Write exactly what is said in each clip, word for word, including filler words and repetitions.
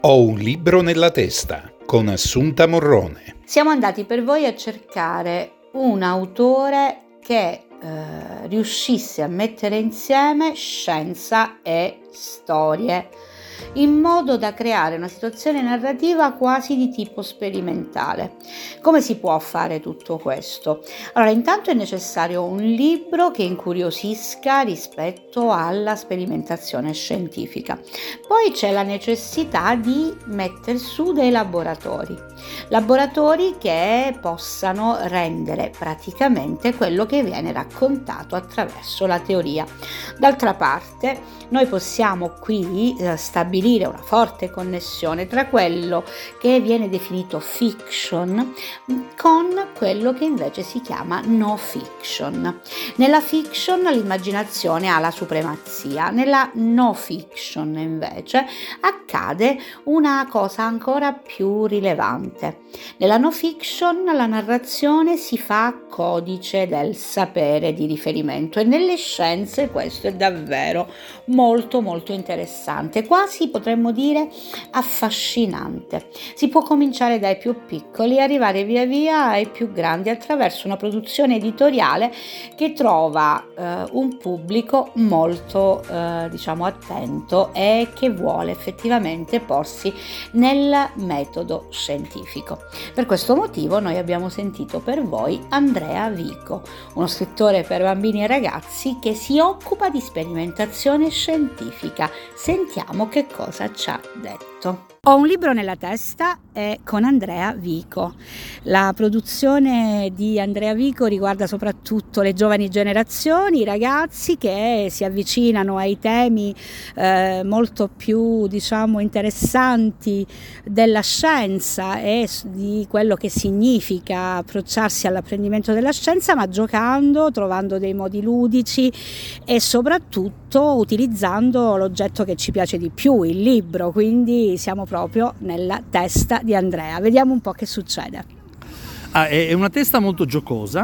Ho un libro nella testa con Assunta Morrone. Siamo andati per voi a cercare un autore che eh, riuscisse a mettere insieme scienza e storie in modo da creare una situazione narrativa quasi di tipo sperimentale. Come si può fare tutto questo? Allora, intanto è necessario un libro che incuriosisca rispetto alla sperimentazione scientifica. Poi c'è la necessità di mettere su dei laboratori, laboratori che possano rendere praticamente quello che viene raccontato attraverso la teoria. D'altra parte, noi possiamo qui eh, stabilire una forte connessione tra quello che viene definito fiction con quello che invece si chiama no fiction. Nella fiction l'immaginazione ha la supremazia, nella no fiction invece accade una cosa ancora più rilevante. Nella no fiction la narrazione si fa codice del sapere di riferimento e nelle scienze questo è davvero molto molto interessante, quasi potremmo dire affascinante. Si può cominciare dai più piccoli e arrivare via via ai più grandi attraverso una produzione editoriale che trova eh, un pubblico molto eh, diciamo attento e che vuole effettivamente porsi nel metodo scientifico. Per questo motivo noi abbiamo sentito per voi Andrea Vico, uno scrittore per bambini e ragazzi che si occupa di sperimentazione scientifica. Sentiamo che cosa ci ha detto. Ho un libro nella testa e con Andrea Vico. La produzione di Andrea Vico riguarda soprattutto le giovani generazioni, i ragazzi che si avvicinano ai temi eh, molto più, diciamo, interessanti della scienza e di quello che significa approcciarsi all'apprendimento della scienza, ma giocando, trovando dei modi ludici e soprattutto utilizzando l'oggetto che ci piace di più, il libro. Quindi siamo proprio nella testa di Andrea. Vediamo un po' che succede. Ah, è una testa molto giocosa,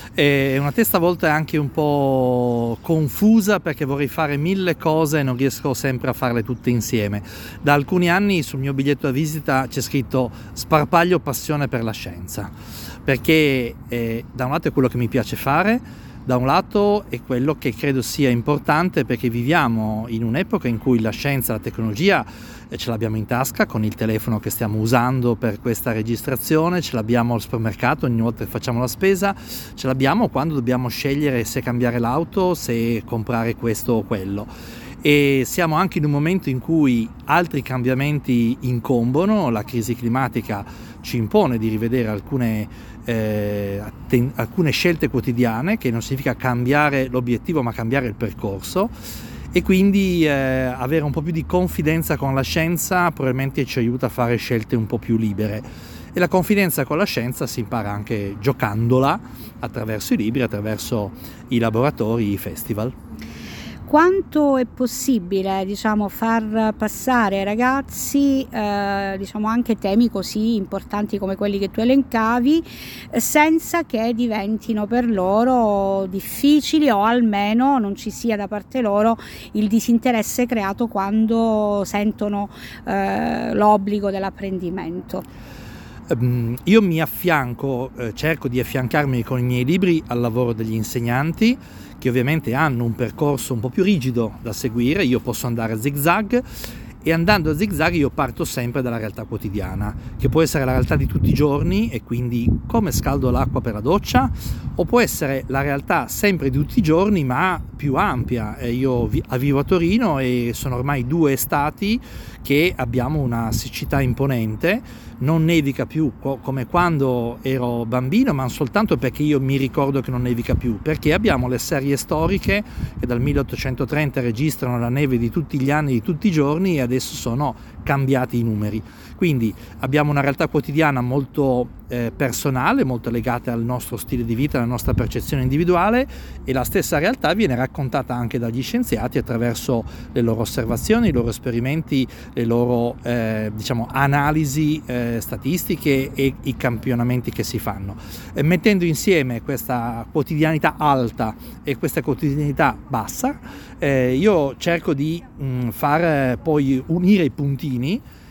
è una testa a volte anche un po' confusa perché vorrei fare mille cose e non riesco sempre a farle tutte insieme. Da alcuni anni sul mio biglietto da visita c'è scritto sparpaglio passione per la scienza, perché eh, da un lato è quello che mi piace fare, da un lato è quello che credo sia importante perché viviamo in un'epoca in cui la scienza e la tecnologia ce l'abbiamo in tasca con il telefono che stiamo usando per questa registrazione, ce l'abbiamo al supermercato ogni volta che facciamo la spesa, ce l'abbiamo quando dobbiamo scegliere se cambiare l'auto, se comprare questo o quello. E siamo anche in un momento in cui altri cambiamenti incombono, la crisi climatica ci impone di rivedere alcune, eh, atten- alcune scelte quotidiane, che non significa cambiare l'obiettivo ma cambiare il percorso, e quindi eh, avere un po' più di confidenza con la scienza probabilmente ci aiuta a fare scelte un po' più libere. E la confidenza con la scienza si impara anche giocandola attraverso i libri, attraverso i laboratori, i festival. Quanto è possibile, diciamo, far passare ai ragazzi eh, diciamo anche temi così importanti come quelli che tu elencavi eh, senza che diventino per loro difficili o almeno non ci sia da parte loro il disinteresse creato quando sentono eh, l'obbligo dell'apprendimento? Io mi affianco, eh, cerco di affiancarmi con i miei libri al lavoro degli insegnanti, che ovviamente hanno un percorso un po' più rigido da seguire. Io posso andare a zigzag e andando a zigzag io parto sempre dalla realtà quotidiana, che può essere la realtà di tutti i giorni e quindi come scaldo l'acqua per la doccia, o può essere la realtà sempre di tutti i giorni ma più ampia. E io vi- vivo a Torino e sono ormai due estati che abbiamo una siccità imponente, non nevica più co- come quando ero bambino, ma soltanto perché io mi ricordo che non nevica più, perché abbiamo le serie storiche che dal milleottocentotrenta registrano la neve di tutti gli anni, di tutti i giorni, e adesso sono cambiati i numeri. Quindi abbiamo una realtà quotidiana molto eh, personale, molto legata al nostro stile di vita, alla nostra percezione individuale, e la stessa realtà viene raccontata anche dagli scienziati attraverso le loro osservazioni, i loro esperimenti, le loro eh, diciamo analisi eh, statistiche e i campionamenti che si fanno. E mettendo insieme questa quotidianità alta e questa quotidianità bassa, eh, io cerco di mh, far eh, poi unire i puntini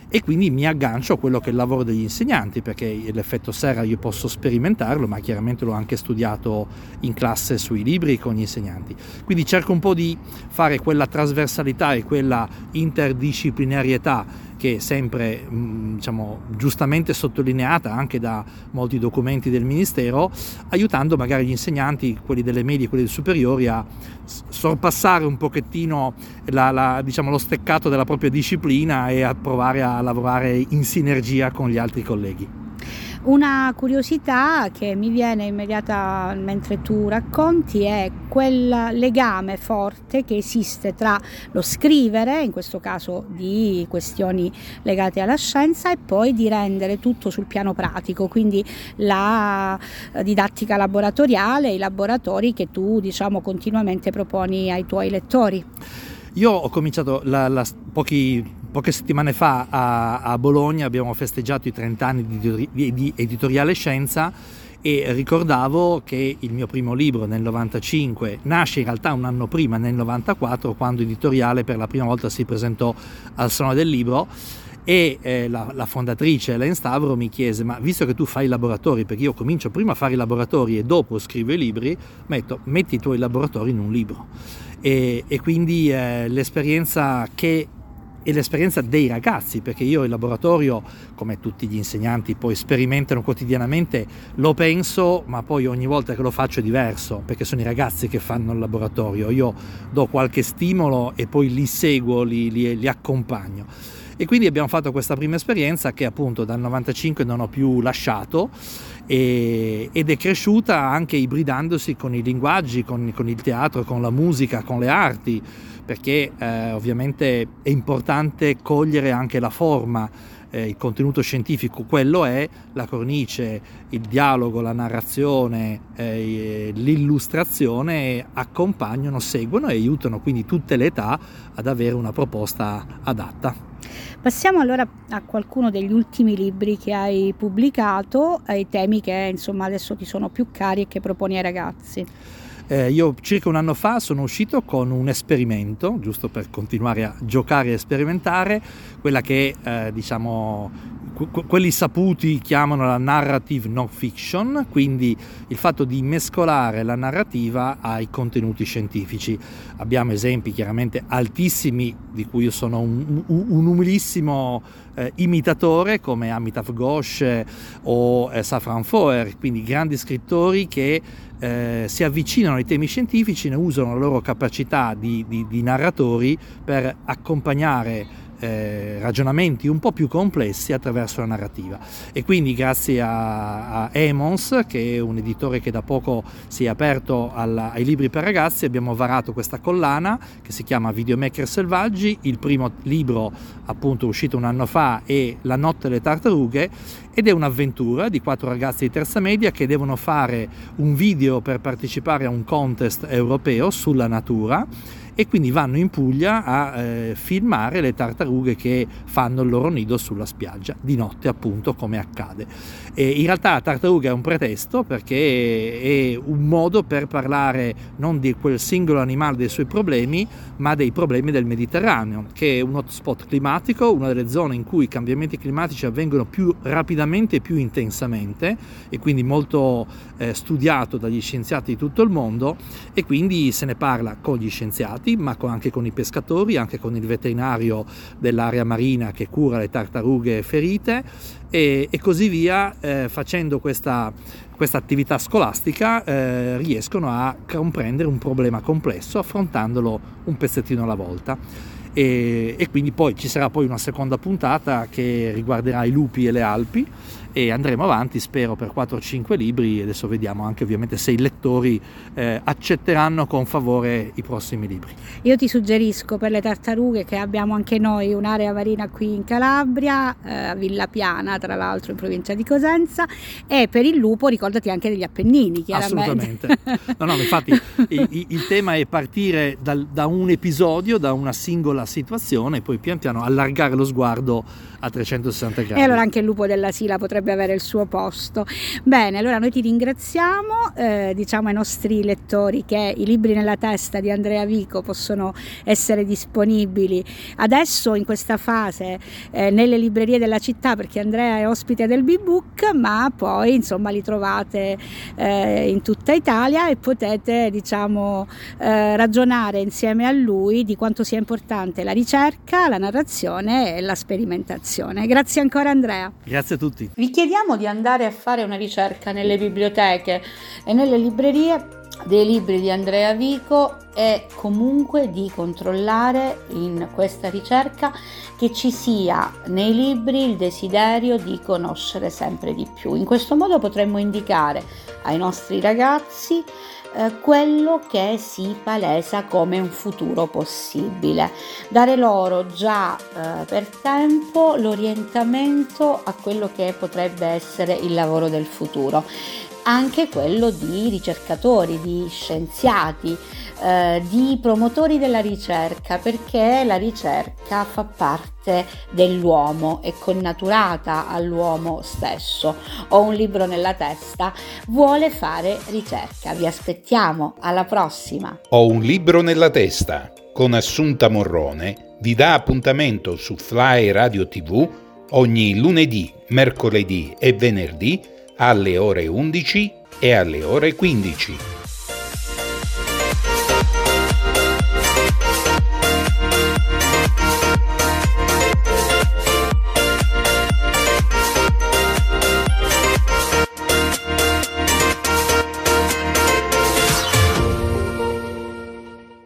e quindi mi aggancio a quello che è il lavoro degli insegnanti, perché l'effetto serra io posso sperimentarlo, ma chiaramente l'ho anche studiato in classe sui libri con gli insegnanti. Quindi cerco un po' di fare quella trasversalità e quella interdisciplinarietà che è sempre diciamo, giustamente sottolineata anche da molti documenti del Ministero, aiutando magari gli insegnanti, quelli delle medie e quelli dei superiori, a sorpassare un pochettino la, la, diciamo, lo steccato della propria disciplina e a provare a lavorare in sinergia con gli altri colleghi. Una curiosità che mi viene immediata mentre tu racconti è quel legame forte che esiste tra lo scrivere, in questo caso di questioni legate alla scienza, e poi di rendere tutto sul piano pratico, quindi la didattica laboratoriale, i laboratori che tu diciamo continuamente proponi ai tuoi lettori. Io ho cominciato la, la, pochi Poche settimane fa a, a Bologna, abbiamo festeggiato i trenta anni di, di, di Editoriale Scienza, e ricordavo che il mio primo libro nel novantacinque nasce in realtà un anno prima, nel novantaquattro, quando Editoriale per la prima volta si presentò al Salone del Libro, e eh, la, la fondatrice Hélène Stavro mi chiese: ma visto che tu fai i laboratori, perché io comincio prima a fare i laboratori e dopo scrivo i libri, metto, metti i tuoi laboratori in un libro. E, e quindi eh, l'esperienza che e l'esperienza dei ragazzi, perché io il laboratorio, come tutti gli insegnanti poi sperimentano quotidianamente, lo penso, ma poi ogni volta che lo faccio è diverso, perché sono i ragazzi che fanno il laboratorio, io do qualche stimolo e poi li seguo, li, li, li accompagno. E quindi abbiamo fatto questa prima esperienza che appunto dal novantacinque non ho più lasciato, e, ed è cresciuta anche ibridandosi con i linguaggi, con, con il teatro, con la musica, con le arti, perché eh, ovviamente è importante cogliere anche la forma, eh, il contenuto scientifico, quello è la cornice, il dialogo, la narrazione, eh, l'illustrazione accompagnano, seguono e aiutano quindi tutte le età ad avere una proposta adatta. Passiamo allora a qualcuno degli ultimi libri che hai pubblicato, ai temi che insomma adesso ti sono più cari e che proponi ai ragazzi. Eh, io circa un anno fa sono uscito con un esperimento, giusto per continuare a giocare e sperimentare, quella che eh, diciamo quelli saputi chiamano la narrative non fiction, quindi il fatto di mescolare la narrativa ai contenuti scientifici. Abbiamo esempi chiaramente altissimi, di cui io sono un, un, un umilissimo eh, imitatore, come Amitav Ghosh o eh, Safran Foer, quindi grandi scrittori che eh, si avvicinano ai temi scientifici, ne usano la loro capacità di, di, di narratori per accompagnare Eh, ragionamenti un po' più complessi attraverso la narrativa. E quindi grazie a, a Emons, che è un editore che da poco si è aperto alla, ai libri per ragazzi, abbiamo varato questa collana che si chiama Videomaker Selvaggi. Il primo libro appunto uscito un anno fa è La notte delle tartarughe, ed è un'avventura di quattro ragazzi di terza media che devono fare un video per partecipare a un contest europeo sulla natura, e quindi vanno in Puglia a eh, filmare le tartarughe che fanno il loro nido sulla spiaggia, di notte appunto, come accade. E in realtà la tartaruga è un pretesto, perché è un modo per parlare non di quel singolo animale, dei suoi problemi, ma dei problemi del Mediterraneo, che è un hotspot climatico, una delle zone in cui i cambiamenti climatici avvengono più rapidamente e più intensamente, e quindi molto eh, studiato dagli scienziati di tutto il mondo, e quindi se ne parla con gli scienziati, ma anche con i pescatori, anche con il veterinario dell'area marina che cura le tartarughe ferite, e, e così via. Eh, facendo questa, questa attività scolastica eh, riescono a comprendere un problema complesso, affrontandolo un pezzettino alla volta. E, e quindi poi ci sarà poi una seconda puntata che riguarderà i lupi e le Alpi, e andremo avanti, spero, per quattro o cinque libri, e adesso vediamo anche ovviamente se i lettori eh, accetteranno con favore i prossimi libri. Io ti suggerisco per le tartarughe, che abbiamo anche noi un'area marina qui in Calabria, eh, a Villa Piana, tra l'altro in provincia di Cosenza, e per il lupo ricordati anche degli Appennini, chiaramente. Assolutamente. No, no, infatti il, il tema è partire dal, da un episodio, da una singola situazione e poi pian piano allargare lo sguardo a trecentosessanta gradi. E allora anche il lupo della Sila potrebbe avere il suo posto. Bene, allora noi ti ringraziamo, eh, diciamo ai nostri lettori che i libri nella testa di Andrea Vico possono essere disponibili adesso in questa fase eh, nelle librerie della città, perché Andrea è ospite del B-Book, ma poi insomma li trovate eh, in tutta Italia e potete diciamo eh, ragionare insieme a lui di quanto sia importante la ricerca, la narrazione e la sperimentazione. Grazie ancora Andrea. Grazie a tutti. Vi chiediamo di andare a fare una ricerca nelle biblioteche e nelle librerie dei libri di Andrea Vico e comunque di controllare in questa ricerca che ci sia nei libri il desiderio di conoscere sempre di più. In questo modo potremmo indicare ai nostri ragazzi eh, quello che si palesa come un futuro possibile, dare loro già eh, per tempo l'orientamento a quello che potrebbe essere il lavoro del futuro, anche quello di ricercatori, di scienziati, eh, di promotori della ricerca, perché la ricerca fa parte dell'uomo, è connaturata all'uomo stesso. Ho un libro nella testa, vuole fare ricerca. Vi aspettiamo, alla prossima. Ho un libro nella testa con Assunta Morrone vi dà appuntamento su Fly Radio tivù ogni lunedì, mercoledì e venerdì alle ore undici e alle ore quindici.